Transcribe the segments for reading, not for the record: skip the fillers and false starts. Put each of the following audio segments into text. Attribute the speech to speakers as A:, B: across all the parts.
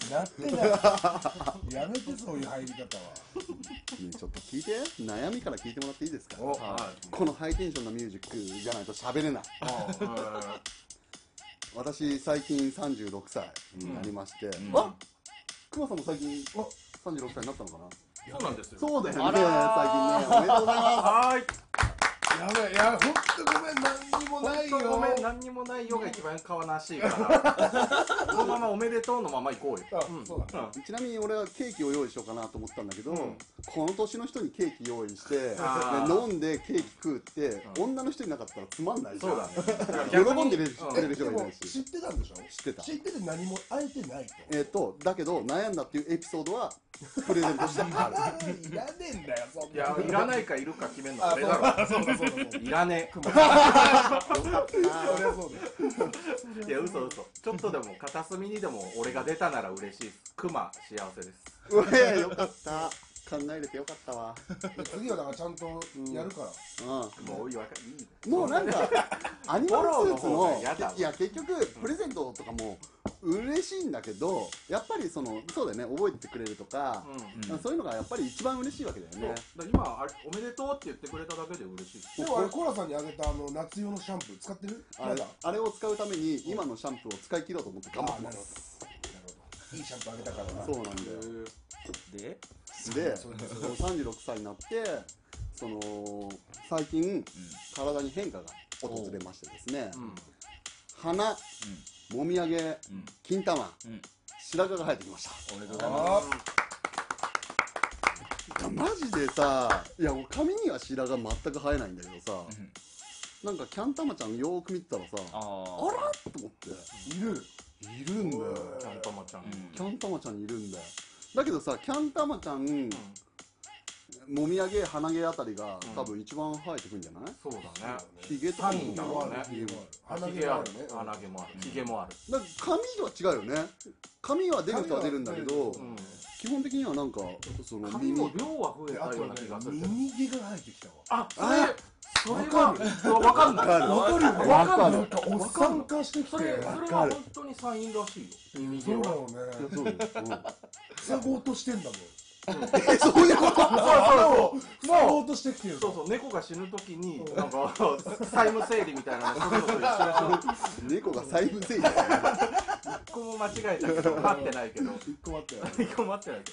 A: なってないやめてそういう入り方は。
B: ね、ちょっと聞いて、悩みから聞いてもらっていいですか。
C: はい
B: このハイテンションなミュージックじゃないと喋れない。私最近36歳になりまして、あ、熊さんも最近36歳になったのかな。
C: そうなんですよ。
B: そうだよね、最近ね。おめでとうございます。
C: はーい。
A: やべえ、いや、ほんとごめん、何にもないよ。
C: ごめん、何にもないよが一番かわなしいから。このままおめでとうのまま行こうよ。
A: そうだ。
B: ちなみに俺はケーキを用意しようかなと思ったんだけど、この年の人にケーキ用意して、飲んでケーキ食うって、女の人いなかったらつまんないじゃん。
C: そうだね。
B: 喜んでくれる人がいないし。
A: 知ってたんでしょ。
B: 知ってた。
A: 知ってて何もあえてない
B: と。だけど悩んだっていうエピソードはプレゼントしてある。
A: いらねえんだよ、そんな。
C: いや、いらないかいるか決めるの俺だろ。
A: そうだそうだ。
C: いらねえ。
A: そりゃそうだよ。
C: いや、嘘。ちょっとでも片隅にでも俺が出たなら嬉しいです。クマ幸せです。
B: うわ、よかった。考えれてよかったわ。
A: 次はだからちゃんとやるから。
C: もういいわかいい。
B: もうなんかアニマルスーツのいや結局プレゼントとかも嬉しいんだけど、やっぱりそうだよね、覚えててくれるとか、そういうのがやっぱり一番嬉しいわけだよね。
C: 今おめでとうって言ってくれただけで嬉しいです。
A: でもあれコーラさんにあげた夏用のシャンプー使ってる？
B: あれを使うために今のシャンプーを使い切ろうと思って頑張ってます。
A: なるほど。いいシャンプーあげたからな。
B: そうなんだよ。で36歳になって最近体に変化が訪れましてですね、鼻、もみあげ、金玉、白髪が生えてきました。
D: おめでとうございます。
B: マジでさ、いや髪には白髪全く生えないんだけどさ、なんかキャンタマちゃんよーく見てたらさ、あらっと思って、いるんだよ。
C: キャンタマちゃん。
B: キャンタマちゃんいるんだよ。だけどさ、キャンタマちゃん、もみあげ、鼻毛あたりが多分一番生えてくんじゃない？
C: そうだね。
B: ヒゲとかも
C: だろうね。
A: 鼻
C: 毛あるね。鼻毛もある。ヒゲもある。
B: だから髪は違うよね。髪は出る人は出るんだけど、基本的にはなんか
C: 髪の量は増えたような気がする。
A: 耳毛が生えてきたわ。
C: あ、それはわかんない。わかる。
A: なんかおっさん化してきて。
C: それは本当にサインらしいよ。耳毛は。
A: そうだよね。塞ごうとしてんだもん。
B: そういうこと。
A: 塞ごうとしてきてる。
C: そう、猫が死ぬときになんか債務整理みたいなのするのと一緒でしょ。
B: 猫が債務整理。
C: 一個も間違えたけど、待ってないけど。
A: 一個待ってよ。
C: 一個待ってないけど。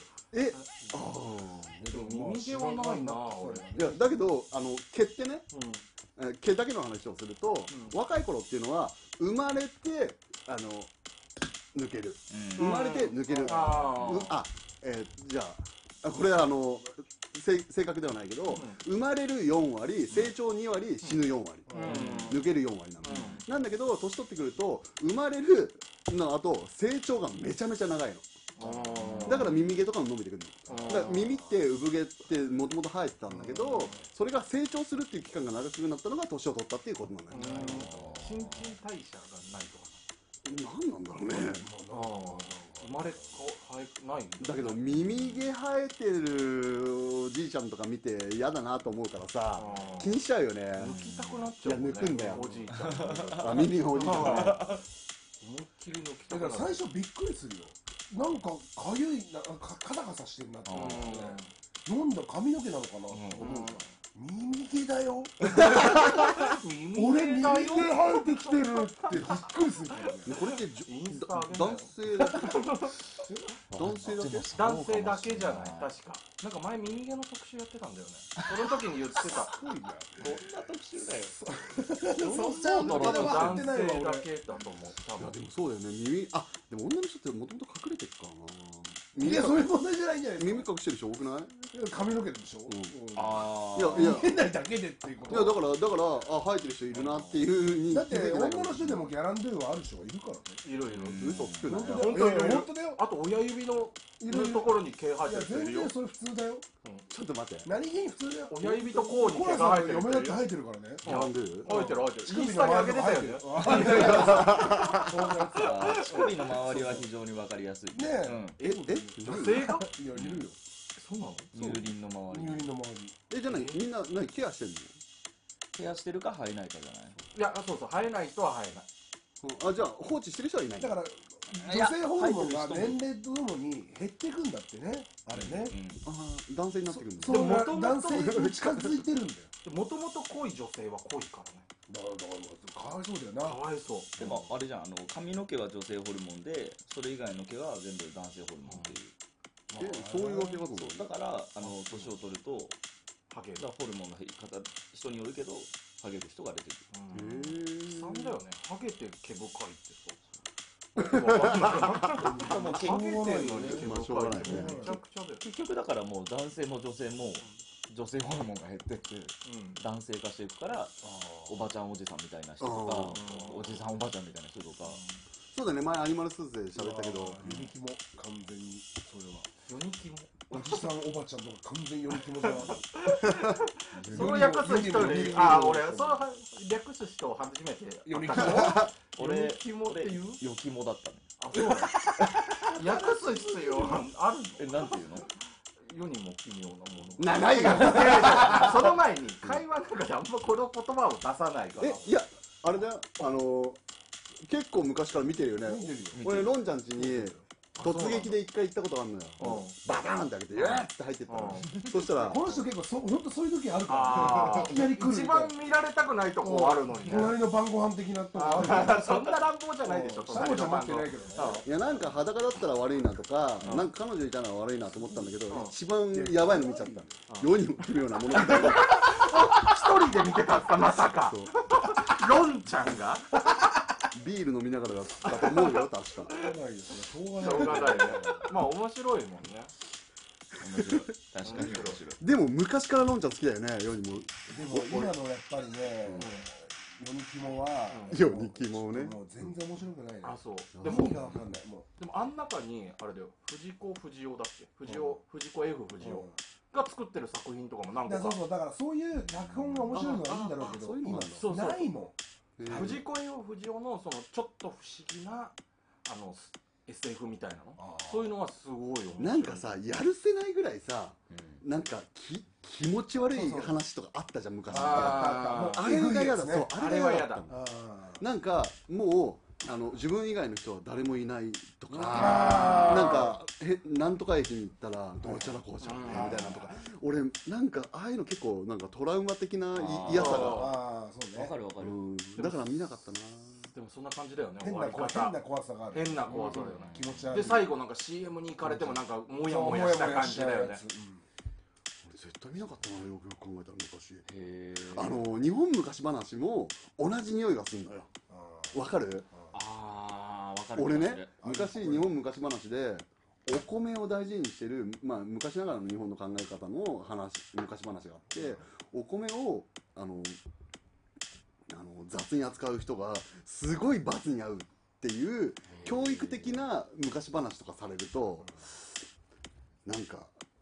C: 耳毛はないな俺。
B: いやだけど毛ってね、毛だけの話をすると、若い頃っていうのは生まれて抜ける、生まれて抜ける。じゃあこれは正確ではないけど、生まれる4割、成長2割、死ぬ4割、抜ける4割なの。なんだけど年取ってくると生まれるのあと成長がめちゃめちゃ長いの。だから耳毛とかも伸びてくるの。だから耳って産毛ってもともと生えてたんだけど、それが成長するっていう期間が長くなったのが年を取ったっていうことなんだよね。
C: 新陳代謝がないとか。
B: 何なんだろうね。
C: 生まれ生えない。
B: だけど耳毛生えてるおじいちゃんとか見て嫌だなと思うからさ、気にしちゃうよね。
C: 抜きたくなっちゃうもんね。
B: 抜くんだよ。
C: おじいちゃん。
B: 耳がおじいちゃんね。
C: 思いっきり抜きたくなる。
A: だから最初びっくりするよ。なんかかゆいカサカサしてるなって思って、飲んだ髪の毛なのかなと思うから。耳毛だよ。俺耳毛生えてきてるってびっくりするからね。
B: これって
C: インスタ
B: 男性だけ？
C: 男性だけじゃない、確か。なんか前耳毛の特集やってたんだよね。その時に言ってた。
A: すごいね。
D: どんな特集だよ。
A: そうだろう。
C: 男性だけだと思う。多分。
B: でもそうだよね。でも女の人ってもともと隠れてるからな。
A: いや、そういう問題じゃないんじゃないです
B: 耳隠してる人多くない？
A: か。髪の毛でしょ。
B: いや
A: 見えないだけでっていうこと。
B: いやだから生えてる人いるなっていう
A: だって女の人でもギャランドゥはある人がいるからね。
C: いろいろ。
B: 嘘つくなよ。
A: 本当だよ。
C: あと親指のところに毛生えてる人いるよ。
A: 全然それ普通だよ。
B: ちょっと待って。
A: 何気に普通だよ。
C: 親指と甲に毛が生えてる。
A: 嫁だって生えてるからね。
B: ギャランドゥ？
C: 生えてる。インスタに上げてたよね。
D: 乳首の周りは非常にわかりやすい。
A: ね
B: え
C: 女性が？
A: いや、いるよ。
C: そうなの？
D: 乳輪の周り。
A: 乳輪の周り。
B: じゃあみんな何ケアしてんの？
D: ケアしてるか生えないかじゃない？
C: いや、そう生えない人は生えない。
B: じゃあ放置してる人はいない。
A: だから女性ホルモンが年齢とともに減っていくんだってね、あれね。
B: 男性になってくるんだ。
A: そう、
C: 元々
A: 男性に近づいてるんだよ。
C: もともと濃い女性は濃いからね。
A: だからかわいそうだよな。
C: かわいそう
D: でもあれじゃん、髪の毛は女性ホルモンで、それ以外の毛は全部男性ホルモンっていう。
B: そういうわけかと思う。
D: そうだから年を取ると
C: ハゲる。
D: ホルモンの人によるけどハゲる人が出てくる。
C: 悲惨だよね。ハゲて毛深いってさ。
D: もう結
C: ハゲてんのに毛
B: まあしょうがないね
C: 深いってめちゃくちゃだよ。
D: 結局だからもう男性も女性も女性ホルモンが減ってって男性化していくから、おばちゃんおじさんみたいな人とか、おじさんおばちゃんみたいな人とか。
B: そうだね、前アニマルスーツで喋ったけど、
A: よりキモ、完全にそれは。
C: ヨニキモ。
A: おじさんおばちゃんとか完全よりキモだな。
C: その略す人に、あ、俺その略す人を初めて。
A: よりキモ。
D: 俺
C: ヨニキモっていう？
D: ヨキモだったね。
C: あ、そうだ。訳す必要あるの？
D: なんていうの？
C: 世にも奇妙なもの。
B: 長いが。
C: その前に会話の中であんまこの言葉を出さないから。
B: いや、あれだよ、結構昔から見てるよね。俺、ロンちゃん家に突撃で一回行ったことがあるのよ。バカーンって開けて、うわーって入ってったの。そしたら、
A: この人結構本当そういう時あるから。いきなり来る。
C: 一番見られたくないとこあるのにね。
A: 隣の晩ご飯的なとこある。
C: そんな乱暴じゃないでしょ。
A: そうじゃ待ってないけどね。
B: いや、なんか裸だったら悪いなとか、なんか彼女いたのは悪いなと思ったんだけど、一番やばいの見ちゃった。世にも来るようなものみたいな。
C: 一人で見てたったまさか。ロンちゃんが
B: ビール飲みながらだったと思うよ、確か。
A: しょう
C: しょうがないね。まあ面白いもんね。
D: 面白い。確かに面白い。
B: でも昔からロンちゃん好きだよね、世にも。
A: でも今のやっぱりね、ヨニキモは、
B: 世にキモね。
A: もう全然面白くないね。
C: あ、そう。
A: でも意味がわかんない。も
C: でもあん中にあれだよ、藤子不二雄だっけ？藤子 F 不二雄が作ってる作品とかも何個か。
A: そうそう、だからそういう脚本が面白いのはいいんだろうけど、今
C: そう
A: ないもん。
C: 藤子 F 不二雄のそのちょっと不思議なSF みたいなの、そういうのはすごい面白い。
B: なんかさ、やるせないぐらいさ、なんか気持ち悪い話とかあったじゃん、昔。
A: あ
B: れが嫌だ。そう、あれが嫌だ。なんかもう自分以外の人は誰もいないとか、なんかなんとか駅に行ったらどうちゃらこうちゃらみたいなとか、俺なんかああいうの結構なんかトラウマ的な嫌さが。
D: わかるわかる。
B: だから見なかったな。
C: でもそんな感じだよね。
A: 変な怖さがある。
C: 変な怖さだよね。
A: 気持ち悪い。
C: で最後なんか CM に行かれてもなんかモヤモヤした感じだよね。
B: 俺絶対見なかったな、よくよく考えたら昔。日本昔話も同じ匂いがするのよ。わかる？
D: ああ、わかる。
B: 俺ね、昔日本昔話でお米を大事にしてる、まあ昔ながらの日本の考え方の昔話があって、お米を雑に扱う人がすごい罰に遭うっていう教育的な昔話とかされると、なんか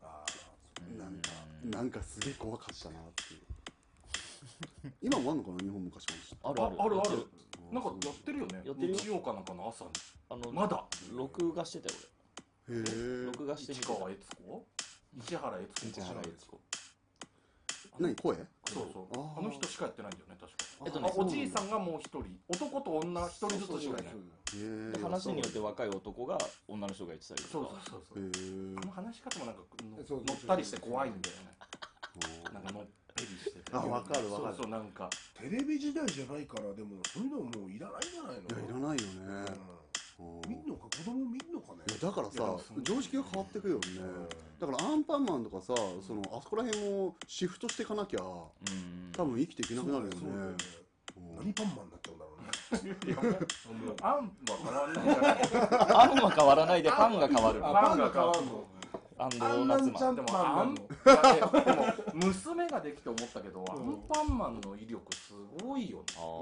B: すげえ怖かったなっていう。今もあんのかな、日本昔話。
C: ある。なんかやってるよね。日曜かなんかの朝に。まだ
D: 録画してたよ
B: 俺。へえ。
D: 録画してみてた。
C: 市原悦子。
B: 何、声？
C: そうそう。あの人しかやってないんだよね、確か。おじいさんがもう一人、男と女一人ずつしかいない。
D: 話によって若い男が女の人が言ってたりとか。
C: そう。あの話し方もなんか乗ったりして怖いんだよね。なんか乗ってりしてて。
B: あ、わかる。
C: そう、なんか
A: テレビ時代じゃないから、でもそういうのもういらないんじゃないの？
B: いや、いらないよね。
A: 見んのか、子供見んのかね。
B: だからさ、常識が変わってくよね。だからアンパンマンとかさ、あそこら辺もシフトしていかなきゃ多分生きていけなくなるよね。
A: 何パンマンになっちゃうんだろうね。
C: あんは変わらないじゃない。
D: あんは変わらないでパンが変わる。
A: パンが変わるの。
D: アンドーナツマン。
C: でも娘ができて思ったけど、アンパンマンの威力すごいよね。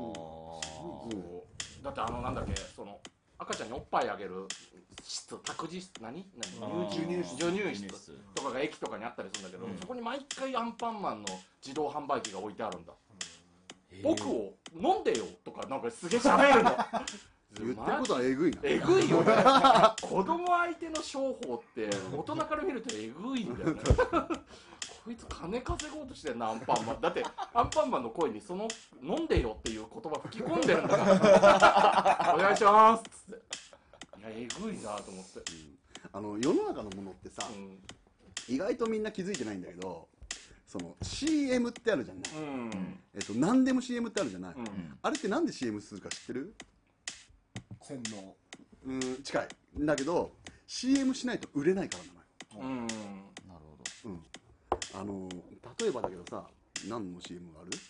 C: だってなんだっけ、赤ちゃんにおっぱいあげる託児室、授乳室とかが駅とかにあったりするんだけど、そこに毎回アンパンマンの自動販売機が置いてあるんだ。僕を飲んでよとかなんかすげえ喋るの。
B: 言ってることはえぐいな。
C: えぐいよね。子供相手の商法って大人から見るとえぐいんだよね。こいつ金稼ごうとしてんな、アンパンマン。だってアンパンマンの声に飲んでよっていう言葉吹き込んでるんだから。お願いしますっつって。 えぐいなと思って、
B: 世の中のものってさ、意外とみんな気づいてないんだけど、その CM ってあるじゃない、何でも CM ってあるじゃない、あれってなんで CM するか知ってる？
A: 洗脳。
B: 近いだけど CM しないと売れないからなのよ。
D: なるほど。
B: 例えばだけどさ、何の CM がある？
A: じ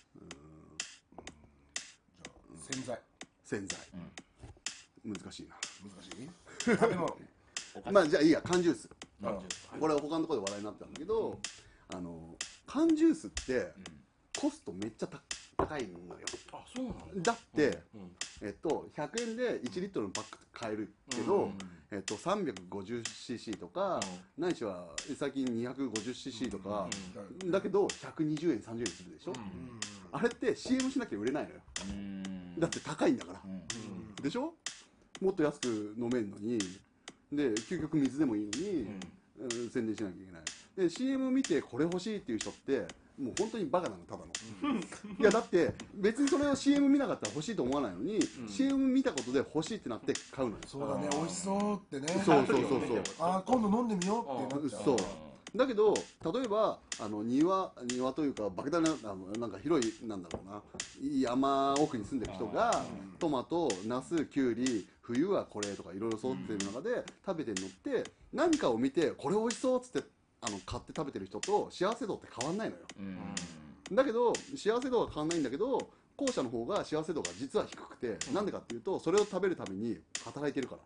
A: ゃあ洗剤。
B: 洗剤、難しいな。
A: 難しい？食べ物。
B: まあじゃあいいや、缶ジュース。これは他のところで話題になってたんだけど、缶ジュースってコストめっちゃ高いのよ。
C: あ、そうなの？
B: だって、100円で1リットルのパック買えるけど、350cc とか、ないしは最近 250cc とか、だけど120円30円するでしょ、あれって CM しなきゃ売れないのよ。だって高いんだから、でしょ。もっと安く飲めるのに、で究極水でもいいのに、宣伝しなきゃいけない。で CM 見てこれ欲しいっていう人ってもう本当にバカなの、ただのいやだって別にそれを CM 見なかったら欲しいと思わないのに、CM 見たことで欲しいってなって買うのよ。
A: そうだね、美味しそうってね。
B: そう
A: あ、今度飲んでみようってなっちゃう。
B: そうだけど例えば庭というか莫大ななんか広いなんだろうな、山奥に住んでる人が、トマト、ナス、キュウリ、冬はこれとかいろいろ育ってる中で食べてるのって、何かを見てこれ美味しそうっつって買って食べてる人と幸せ度って変わんないのよ。だけど幸せ度が変わんないんだけど、後者の方が幸せ度が実は低くて、なんでかっていうとそれを食べるために働いてるから。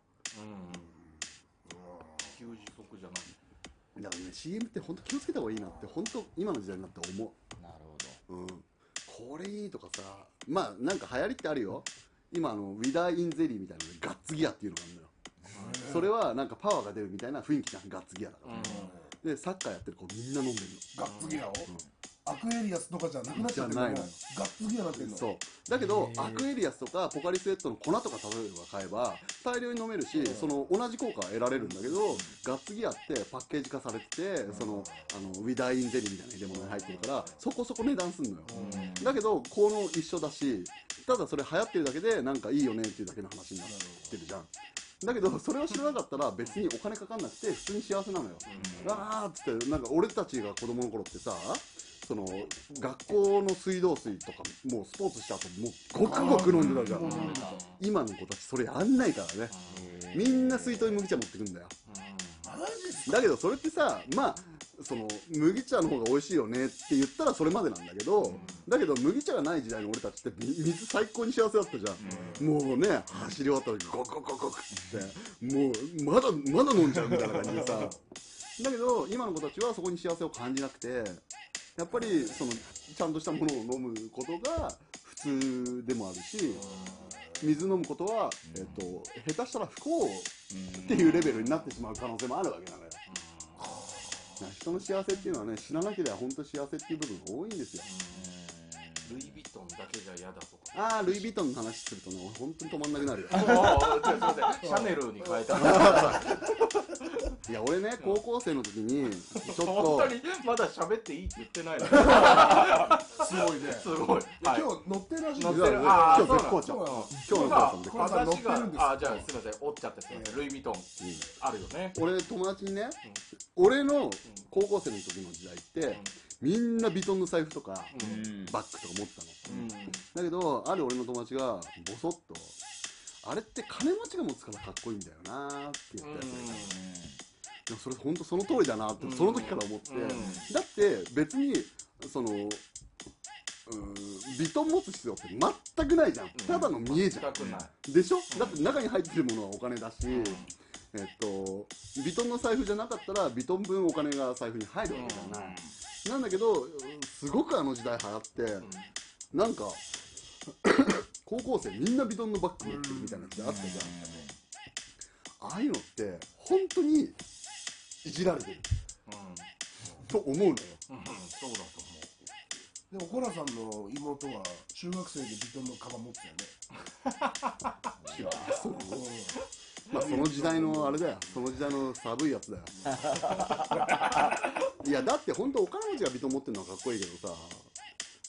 C: 休日即じゃない。
B: だからね、 CM って本当気をつけた方がいいなって本当今の時代になって思う。
D: なるほど。
B: これいいとかさ、まあなんか流行りってあるよ。今ウィダーインゼリーみたいなのでガッツギアっていうのがあるのよ。それはなんかパワーが出るみたいな雰囲気じゃん、ガッツギアだから、でサッカーやってる子みんな飲んでるの。
A: ガッツギアを、アクエリアスとかじゃなくなっちゃってるの。ガッツギアになってるの。
B: そうだけどアクエリアスとかポカリスエットの粉とか例えば買えば大量に飲めるし、その同じ効果は得られるんだけど、ガッツギアってパッケージ化されてて、そのウィダーインゼリーみたいな入れ物に入ってるからそこそこ値段すんのよ。だけど効能一緒だし、ただそれ流行ってるだけでなんかいいよねっていうだけの話になってるじゃん。だけどそれを知らなかったら別にお金かかんなくて普通に幸せなのよ。あーっつって、なんか俺たちが子供の頃ってさ、その学校の水道水とかもうスポーツした後もうごくごく飲んでたじゃん。今の子たちそれやんないからね。みんな水筒に麦茶持ってくんだよ。だけどそれってさ、まあその麦茶の方が美味しいよねって言ったらそれまでなんだけど、だけど麦茶がない時代の俺たちって水最高に幸せだったじゃん。もうね、走り終わった時ゴクゴクゴクってもうまだ飲んじゃうみたいな感じでさ。だけど今の子たちはそこに幸せを感じなくて、やっぱりそのちゃんとしたものを飲むことが普通でもあるし、水飲むことは、下手したら不幸っていうレベルになってしまう可能性もあるわけなのよ。人の幸せっていうのはね、死ななければ本当に幸せっていう部分が多いんですよ。
C: ルイ・ヴィトンだけじゃ嫌だとか。
B: ああ、ルイ・ヴィトンの話するとね、本当に止まんなくなるよ。
C: シャネルに変えた。
B: いや俺ね、高校生の時にちょっと
C: 本当にまだ喋っていいって言ってないの。
A: すごいね。
C: すごい。
A: 今日乗ってるらしい。
B: 今日絶好調。今日の母さんで。
C: 私がじゃあすみません、折っちゃってすみません。ルイ・ヴィトンあるよね。
B: 俺友達にね、俺の高校生の時の時代ってみんなヴィトンの財布とかバッグとか持ってたの。だけどある俺の友達がボソッと、あれって金持ちが持つからかっこいいんだよなーって言ったやつがいた。でもそれ本当その通りだなってその時から思って、だって別にそのヴィトン持つ必要って全くないじゃん。ただの見えじゃん。でしょ。だって中に入ってるものはお金だし、ヴィトンの財布じゃなかったらヴィトン分お金が財布に入るわけじゃない。なんだけどすごくあの時代流行って、なんか高校生みんなヴィトンのバッグ持ってるみたいなやつあったじゃん。ああいうのって本当にいじられてる、と思うのよ。
C: そうだと思
A: う。でもコラさんの妹は中学生でヴィトンのカバン持ってたよね。
B: いや、そう。まあその時代のあれだよ。その時代の寒いやつだよ。いやだって本当お金持ちがヴィトン持ってるのはかっこいいけどさ、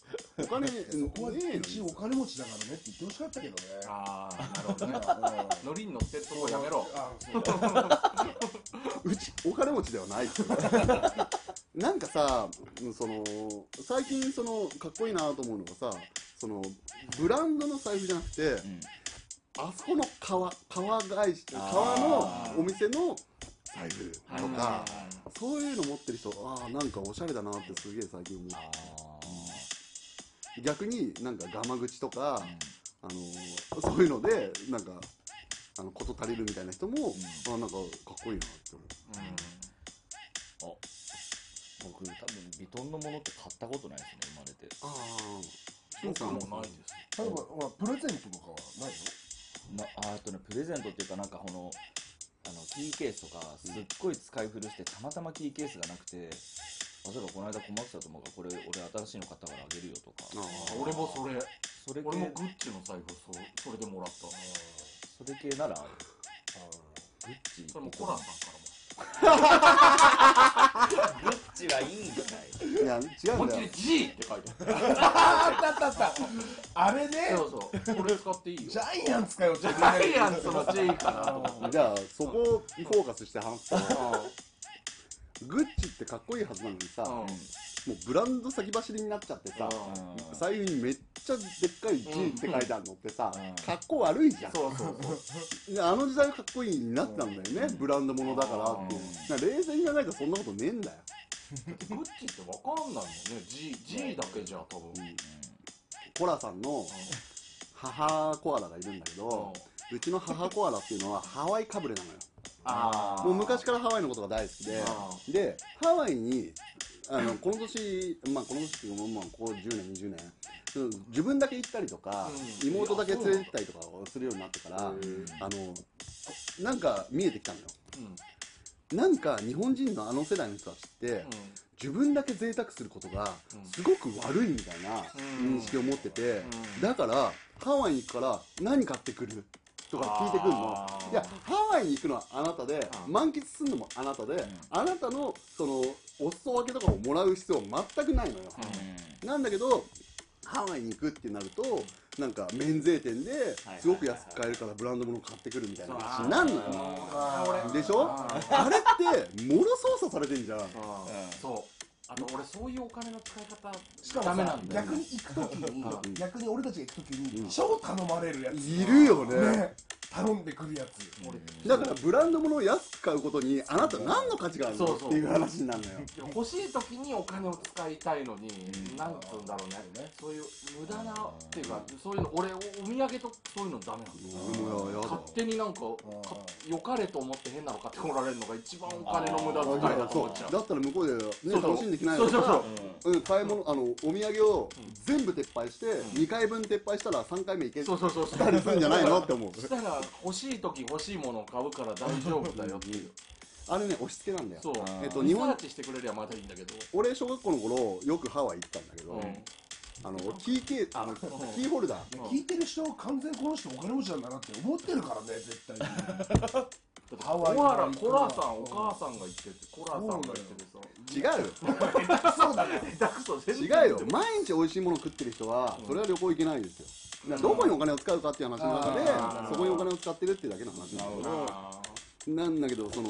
B: お金
A: そこは一応お金持ちだからねって言ってほしかったけどね。
C: ああ、なるほどね。ノリに乗ってるとこやめろ。
B: うちお金持ちではないっすよなんかさ、最近かっこいいなと思うのがさ、ブランドの財布じゃなくて、あそこの革のお店の財布とか、そういうの持ってる人、なんかおしゃれだなってすげえ最近思う。逆になんかガマ口とか、そういうのでなんか事足りるみたいな人も、なんかかっこいいなって思う。
D: 僕多分ヴィトンのものって買ったことないですね、生まれて。
C: 僕もないです。
A: 例えばプレゼントとかはないの？
D: プレゼントっていうか、なんかキーケースとかすっごい使い古してたまたまキーケースがなくて、例えばこの間困ってたと思うから、これ俺新しいの買ったからあげるよとか。
C: 俺もそれ
D: 系、
C: 俺もグッチの財布それでもらった。
D: それ系ならある。グッチ
C: それもコランさんからも。
D: グッチはいいんかい。
B: いや違うんだよ。
C: 思いっきり G って書いてある。
A: あったあれね。
C: そうこれ使っていいよ。
A: ジャイアンツかよ。
C: ジャイアンツの G かなと思って。
B: じゃあそこをフォーカスして話すと、グッチってかっこいいはずなのにさ、もうブランド先走りになっちゃってさ、財布にめっちゃでっかい G って書いてあるのってさ、かっこ悪いじゃん。
C: そう
B: あの時代はかっこいいになったんだよね、ブランドものだからっていう。冷静に考えたらそんなことねえんだよ。
C: グッチってわかんないもんね。G だけじゃ多分。
B: コラさんの母コアラがいるんだけど、うちの母コアラっていうのはハワイかぶれなのよ。もう昔からハワイのことが大好きで、ハワイにこの年っていうか、ここ10年20年自分だけ行ったりとか、妹だけ連れて行ったりとかをするようになってから、なんか見えてきたのよ。なんか日本人の世代の人たちって、自分だけ贅沢することがすごく悪いみたいな認識を持ってて、だからハワイに行くから何買ってくるとか聞いてくるの。いや、ハワイに行くのはあなたで、満喫するのもあなたで、あなたのお裾分けとかをもらう必要は全くないのよ。なんだけどハワイに行くってなると、なんか免税店ですごく安く買えるからブランド物買ってくるみたいな話になるのよ。でしょ？あれってもろ操作されてんじゃん。
C: そう。あと俺そういうお金の使い方
A: しかもさ、逆に行くときに、逆に俺たちが行くときに超頼まれるやつ
B: いるよね。
A: 頼んでくるやつ。
B: だからブランド物を安く買うことにあなた何の価値があるのっていう話になるのよ。
C: 欲しい時にお金を使いたいのに、なんつうんだろうね、そういう無駄なっていうか、そういうの俺お土産とそういうのダメなんですよ。勝手になんか良かれと思って変なの買ってこられるのが一番お金の無駄遣いだと思っちゃう。
B: だったら向こうでね楽しんできないのか、買い物お土産を全部撤廃して2回分撤廃したら3回目いけたりするんじゃないのって思う。
C: したら欲しい時欲しいものを買うから大丈夫だよっていう。
B: あれね、押し付けなんだよ。
C: そう。
B: 日本
C: リサーチしてくれりゃまだいいんだけど。
B: 俺小学校の頃よくハワイ行ったんだけど、キーホルダー。
A: 聞いてる人完全この人お金持ちなんだなって思ってるからね、絶対に。
C: コラさん、お母さんが言ってて、コラさんが言っててさ。
B: 違うよ。
A: そうだね。
B: 違うよ。毎日美味しいもの食ってる人はそれは旅行行けないですよ。どこにお金を使うかっていう話の中で、そこにお金を使ってるっていうだけの話なんだけど、なんつう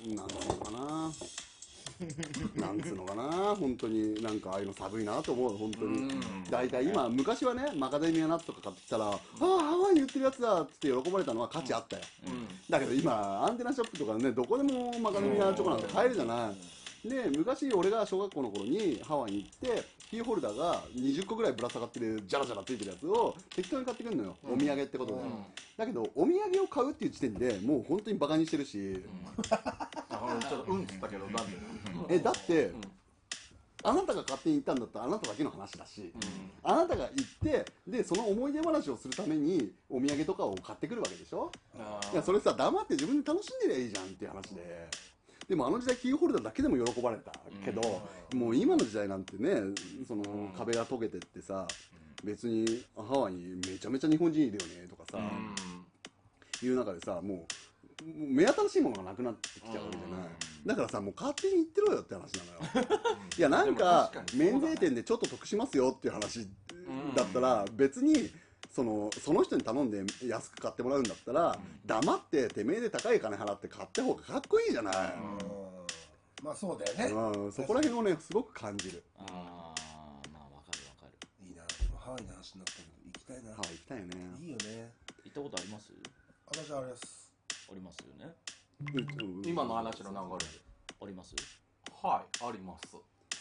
B: のかな、本当になんかああいうの寒いなと思う、本当に。大体今、昔はね、マカデミアナッツとか買ってきたら、ハワイに売ってるやつだって喜ばれたのは価値あったよ。だけど今、アンテナショップとかね、どこでもマカデミアチョコなんて買えるじゃない。で、昔俺が小学校の頃にハワイに行って、キーホルダーが20個ぐらいぶら下がってる、ジャラジャラついてるやつを適当に買ってくるのよ、お土産ってことで。だけど、お土産を買うっていう時点でもう本当にバカにしてるし。
C: ちょっとうんっつったけど、なんで？
B: だって、あなたが勝手に行ったんだったらあなただけの話だし、あなたが行ってでその思い出話をするためにお土産とかを買ってくるわけでしょ。いやそれさ、黙って自分で楽しんでりゃいいじゃんっていう話で。でもあの時代キーホルダーだけでも喜ばれたけど、もう今の時代なんてね、その壁が溶けてってさ、別にハワイにめちゃめちゃ日本人いるよねとかさ、いう中でさ、もう目新しいものがなくなってきちゃうわけじゃない。だからさ、もう勝手に言ってろよって話なのよ。いや、なんか免税店でちょっと得しますよっていう話だったら、別にその人に頼んで安く買ってもらうんだったら、黙っててめえで高い金払って買った方がかっこいいじゃない。
A: まあそうだよね。
B: そこら辺をねすごく感じる。
D: まあわかるわかる。
A: いいな。ハワイの話になったけど行きたいな。
B: ハワイ行きたいよね。
A: いいよね。
D: 行ったことあります？
A: 私あれです。
D: ありますよね。
C: 今の話の流れで
D: あります？
C: はい、あります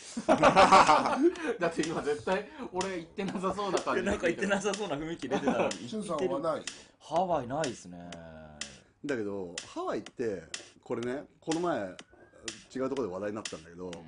C: だって今絶対俺行ってなさそうな感じ。
D: なんか行ってなさそうな雰囲気出てたのに。
A: しゅんさんはない？
D: ハワイないですね。
B: だけどハワイってこれね、この前違うところで話題になったんだけど、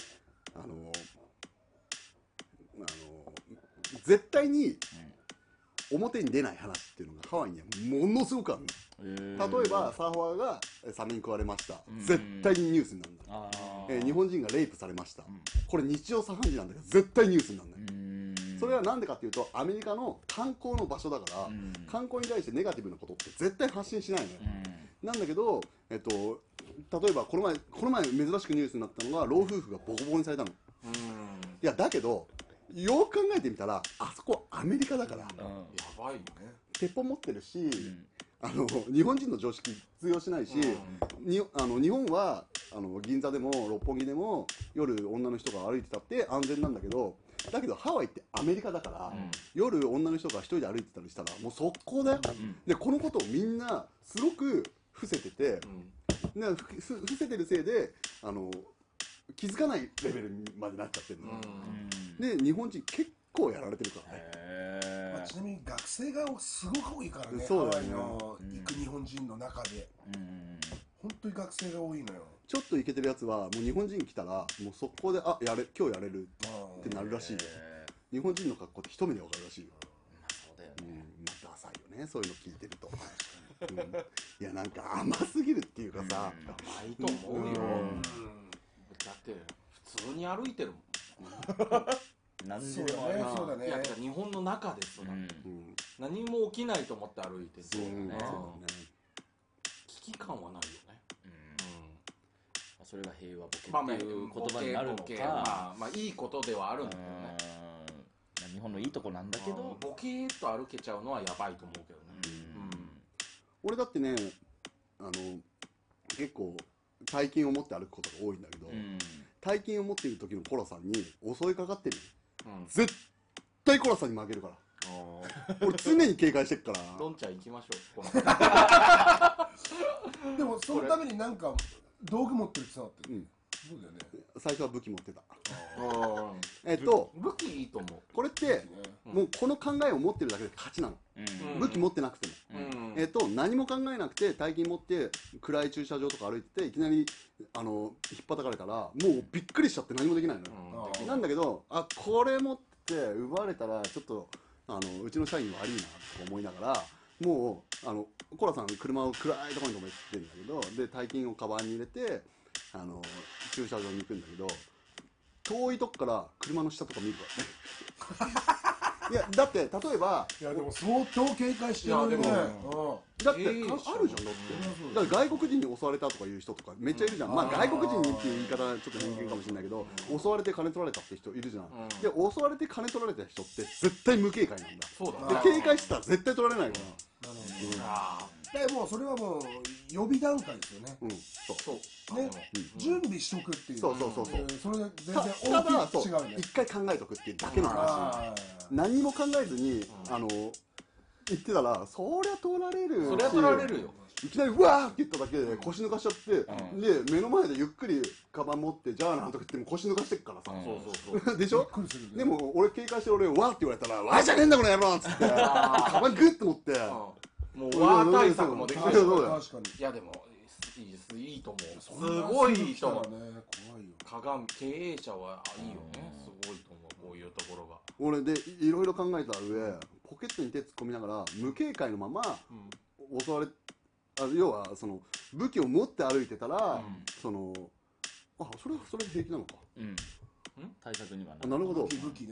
B: 絶対に表に出ない話っていうのがハワイにはものすごくあるの。例えばサーファーがサメに食われました、絶対にニュースになるんだ。日本人がレイプされました、これ日常茶飯事なんだけど絶対ニュースになるんだよ。それはなんでかっていうと、アメリカの観光の場所だから、観光に対してネガティブなことって絶対発信しないのよ。なんだけど、例えばこの前珍しくニュースになったのが老夫婦がボコボコにされたの。いやだけどよく考えてみたら、あそこアメリカだから、や
C: ばいよね。
B: 鉄砲持ってるし、日本人の常識通用しないし、日本は銀座でも六本木でも夜女の人が歩いてたって安全なんだけどハワイってアメリカだから、夜女の人が一人で歩いてたりしたらもう速攻だよ。でこのことをみんなすごく伏せてて、伏せてるせいで気づかないレベルまでなっちゃってるの。で日本人結構やられてるからね。
A: ちなみに学生がすごく多いからね。
B: そうだよね。
A: 行く日本人の中で本当に学生が多いのよ。
B: ちょっとイケてるやつはもう日本人来たらもう速攻で今日やれるってなるらしいよ。日本人の格好って一目でわかるらしいよ。
D: そうだよね。
B: ダサいよね、そういうの聞いてると。いやなんか甘すぎるっていうかさ、
C: 甘いと思うよ。だって普通に歩いてるもん。
D: 何でもある。
A: そうだね。
C: いや日本の中ですら何も起きないと思って歩いてる。危機感はないよね。
D: それが平和ボケっていう言葉になるのか、
C: まあいいことではあるんだけどね。
D: 日本のいいとこなんだけど、
C: ボケーっと歩けちゃうのはやばいと思うけどね。
B: 俺だってね結構大金を持って歩くことが多いんだけど、大金を持っている時のコラさんに襲いかかってる、絶対コラさんに負けるから。俺常に警戒してっから。
C: どんちゃん行きましょ
A: う。でもそのためになんか道具持ってるって言ってたのって。そうだよね。
B: 最初は武器持ってた。
C: 武器いいと思う。
B: これってもうこの考えを持ってるだけで勝ちなの。武器持ってなくても。何も考えなくて大金持って暗い駐車場とか歩いてていきなり引っ叩かれたらもうびっくりしちゃって何もできないのよ。なんだけどこれ持って奪われたらちょっとうちの社員悪いなと思いながら、もうコラさん車を暗いところに止めてるんだけど、で大金をカバンに入れて駐車場に行くんだけど、遠いとこから車の下とか見るからね。いやだって例えば
A: でも相当警戒してるね。
B: だってあるじゃん。だって外国人に襲われたとかいう人とかめっちゃいるじゃん。まあ外国人にっていう言い方はちょっと偏見かもしれないけど、襲われて金取られたって人いるじゃん。で襲われて金取られた人って絶対無警戒なんだ。
C: そうだ。
B: で警戒してたら絶対取られないから。
A: でもうそれはもう予備段階ですよね。
C: そう
A: ね、準備しとくっていう。
B: そう
A: それが全然
B: 大きく違うね。一回考えとくっていうだけの話。何も考えずに言ってたらそりゃ取られる。
C: そりゃ取られるよ。
B: いきなりうわーって言っただけで腰抜かしちゃって、で目の前でゆっくりカバン持ってじゃあなんとか言っても腰抜かしてっからさ。でしょ。でも俺警戒して俺わーって言われたらわーじゃねえんだこの野郎っつってカバングッと持って。
C: もうワー対策もできるし。
A: 確かに。
C: いやでもいいと思う。すごいいいと思う。鏡経営者はいいよね。すごいと思う、こういうところが。
B: 俺でいろいろ考えた上ポケットに手突っ込みながら無警戒のまま襲われ、要はその武器を持って歩いてたらそれ平気なのか。
D: 対策には
B: なるほど。
A: 武器ね。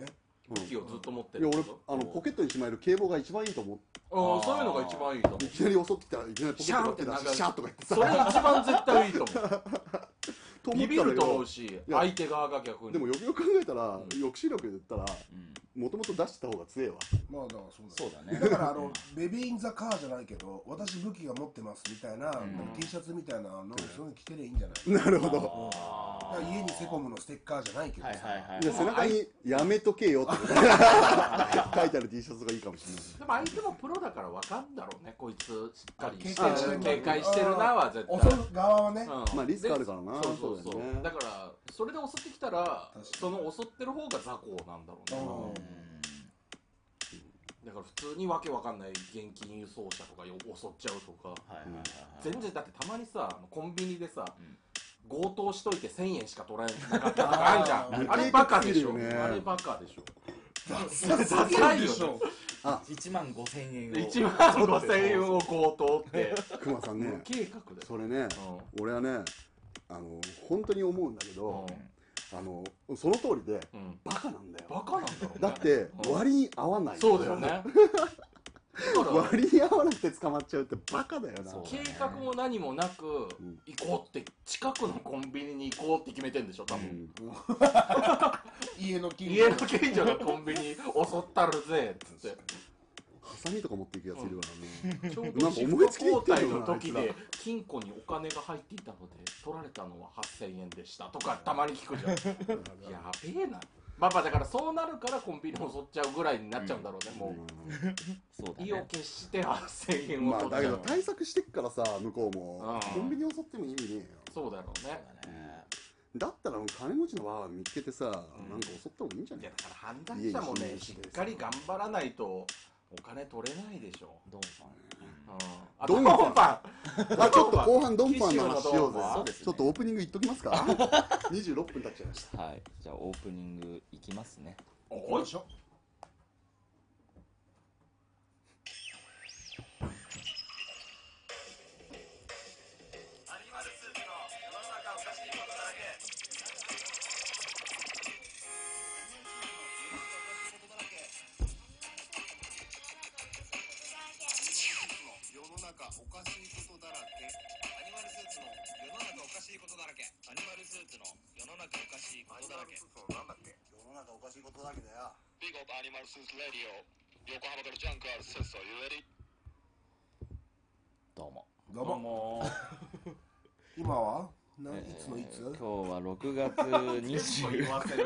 C: 武器をずっと持って
B: いや
C: る。
B: 俺ポケットにしまえる警棒が一番いいと思う。
C: そういうのが一番いいと思う。
B: いきなり襲ってきたらいきなりポケットに出してシャーとか言ってさ、
C: それ一番絶対いいと思う。
B: と思
C: ビビると思う
B: し。
C: し、相手側が逆に。
B: でもよくよく考えたら抑止力で言ったらもともと出してた方が強いわ。
A: まあだから
D: そうだね。
A: だからベビーインザカーじゃないけど、私武器が持ってますみたいな T シャツみたいなのそういうの着てりゃいいんじゃない？
B: なるほど。
A: だから家にセコムのステッカーじゃないけどさ、
B: いや背中にやめとけよって書いてある T シャツがいいかもしれない。
C: でも相手もプロだから分かんだろうね、こいつしっかり
A: 警
C: 戒してるなは絶対。
A: 襲う側はね、
B: まあリスクあるからな。
C: そうそうそう
B: だよね。
C: だからそれで襲ってきたらその襲ってる方が雑魚なんだろうね。だから普通にわけわかんない現金輸送車とか襲っちゃうとか、全然だってたまにさコンビニでさ、強盗しといて1000円しか取らなかったとかあるじゃん。あれバカでしょ。あれバカでしょ。
A: ダサいでしょ。
D: 1万5000円を
C: 1万5000円を強盗って
B: クマさんね、
C: 計画で
B: それね、俺はね本当に思うんだけど、その通りでバカなんだよ。
C: バカなんだろうね。
B: だって割に合わない。
C: そうだよね。
B: 割に合わなくて捕まっちゃうってバカだよな。
C: 計画も何もなく行こうって、近くのコンビニに行こうって決めてんでしょ多分。
A: 家の近
C: 所のコンビニ襲ったるぜっつって。
B: ハサミとか持っていくやついるからね。
C: ちょう
B: なんか
C: どシフト
B: 思いつきで言
C: 交代
B: ってるよな
C: の時で金庫にお金が入っていたので取られたのは8000円でしたとかたまに聞くじゃん。やべえな。まあだからそうなるからコンビニ襲っちゃうぐらいになっちゃうんだろうね、もう。意を決して8000円を
B: まあ
C: 取っちゃう。
B: だけど対策してっからさ向こうもコンビニ襲っても意味ねえよ。
C: そうだろうね。
B: だったら金持ちのバー見つけてさ、なんか襲った方がいいんじゃない？
C: いやだから犯罪者もねしっかり頑張らないとお金取れないでしょ。
D: ドンファン。
B: ドンファン。あ、ちょっと後半ドンファンの話しようぜ。
D: そうですね
B: ちょっとオープニングいっときますか。26分経っちゃいました。
D: はい、じゃあオープニングいきますね。
A: おいしょ。
E: おかしいことだらけ。アニマルスーツの世の中おかしいことだらけ。アニマルスーツの世の中おかしいことだらけ。なんだっけ？世の中おかしいことだらけだよ。ビッグアップアニマルスーツレディオ。横浜からジャンクアールセッソ、You ready？
D: どうも。
A: どうも。今はいつのいつ？
D: 今日は6月20。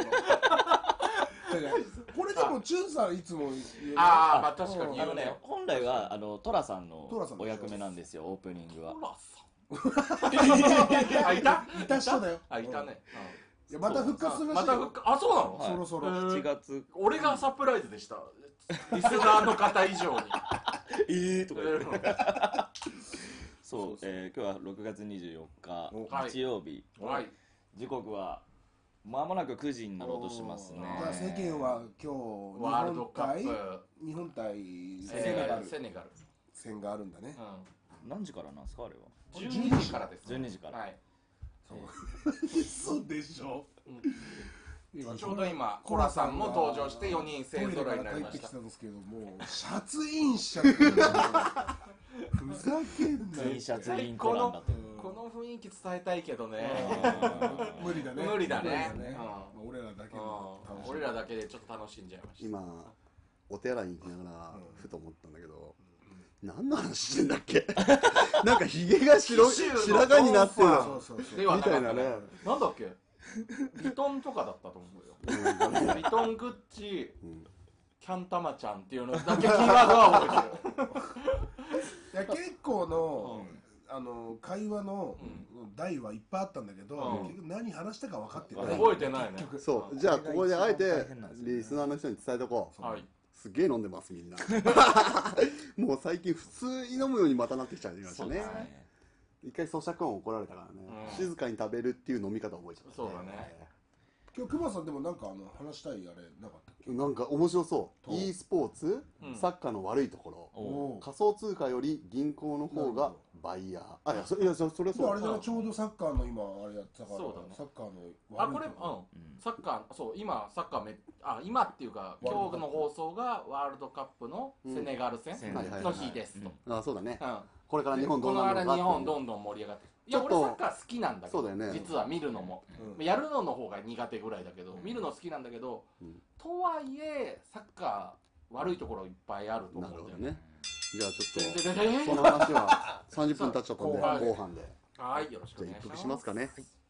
A: これでもチュンさんいつも
C: ああまあ確かに言うね。
D: 本来はトラさんのお役目なんですよ、オープニングは。
C: トラさん。あ、い
A: た人だよ。
C: あ、いたね。
A: いやまた復活するらしいよ。
C: また復活。あ、そうなの？
A: そろそろ
D: 7月。
C: 俺がサプライズでした。リスナーの方以上に。
D: とか言って。そう、今日は6月24日日曜日。時刻はまもなく9時になろうとしますね。
A: 世間は今日
C: ワールドカップ
A: 日本対
C: セネガル
A: 戦があるんだね。
D: 何時からなんですかあれは
C: ？12時からです。
D: 12時から。
C: はい。
A: そうでしょ。
C: ちょうど今コラさんも登場して4人勢ぞろいになりました。
A: 帰ってきたんですけどもシャツインしちゃってる。ふざけんなよ。
D: T シャツイントランだって。
C: この雰囲気伝えたいけどね。
A: 無理だね。
C: 無理だね。
A: 俺らだけで
C: 俺らだけでちょっと楽しんじゃいました。
B: 今お手洗いに行きながらふと思ったんだけど、何の話してんだっけ？なんかヒゲが白髪になってるみたいなね。
C: なんだっけ？ビトンとかだったと思うよ。ビトングッチキャンタマちゃんっていうのだけキーワードは覚えてる。
A: いや結構の会話の題はいっぱいあったんだけど、結局何話したか分かってない。
C: 覚えてないね。
B: そうじゃあここであえてリスナーの人に伝えとこう。すげえ飲んでますみんな。もう最近普通に飲むようにまたなってきちゃいましたね。一回咀嚼音怒られたからね。静かに食べるっていう飲み方覚えちゃった。
C: そうだね。
A: 今日熊さんでもなんか話したいあれなかったっけ？
B: なんか面白そう。e スポーツ、サッカーの悪いところ、仮想通貨より銀行の方がバイヤー。あ、いや、それそう。
A: あれじゃない、ちょうどサッカーの今あれやってたから、
C: そうだね
A: サッカーの
C: あ、これサッカー、そう今サッカー今っていうか今日の放送がワールドカップのセネガル戦の日ですと。
B: あ、そうだね。
C: うん
B: これから日本ど
C: この
B: うなるのか
C: 日本どんどん盛り上がってる。いや俺サッカー好きなんだけど、
B: そうだよね
C: 実は見るのも、やるのの方が苦手ぐらいだけど、見るの好きなんだけど、とはいえサッカー悪いところいっぱいあると思うんだよね。
B: じゃあちょっとその話は30分経っちゃったんで後半で。
C: はい、よろしくお
B: じゃあ一
C: 願いします。
B: 服しますかね。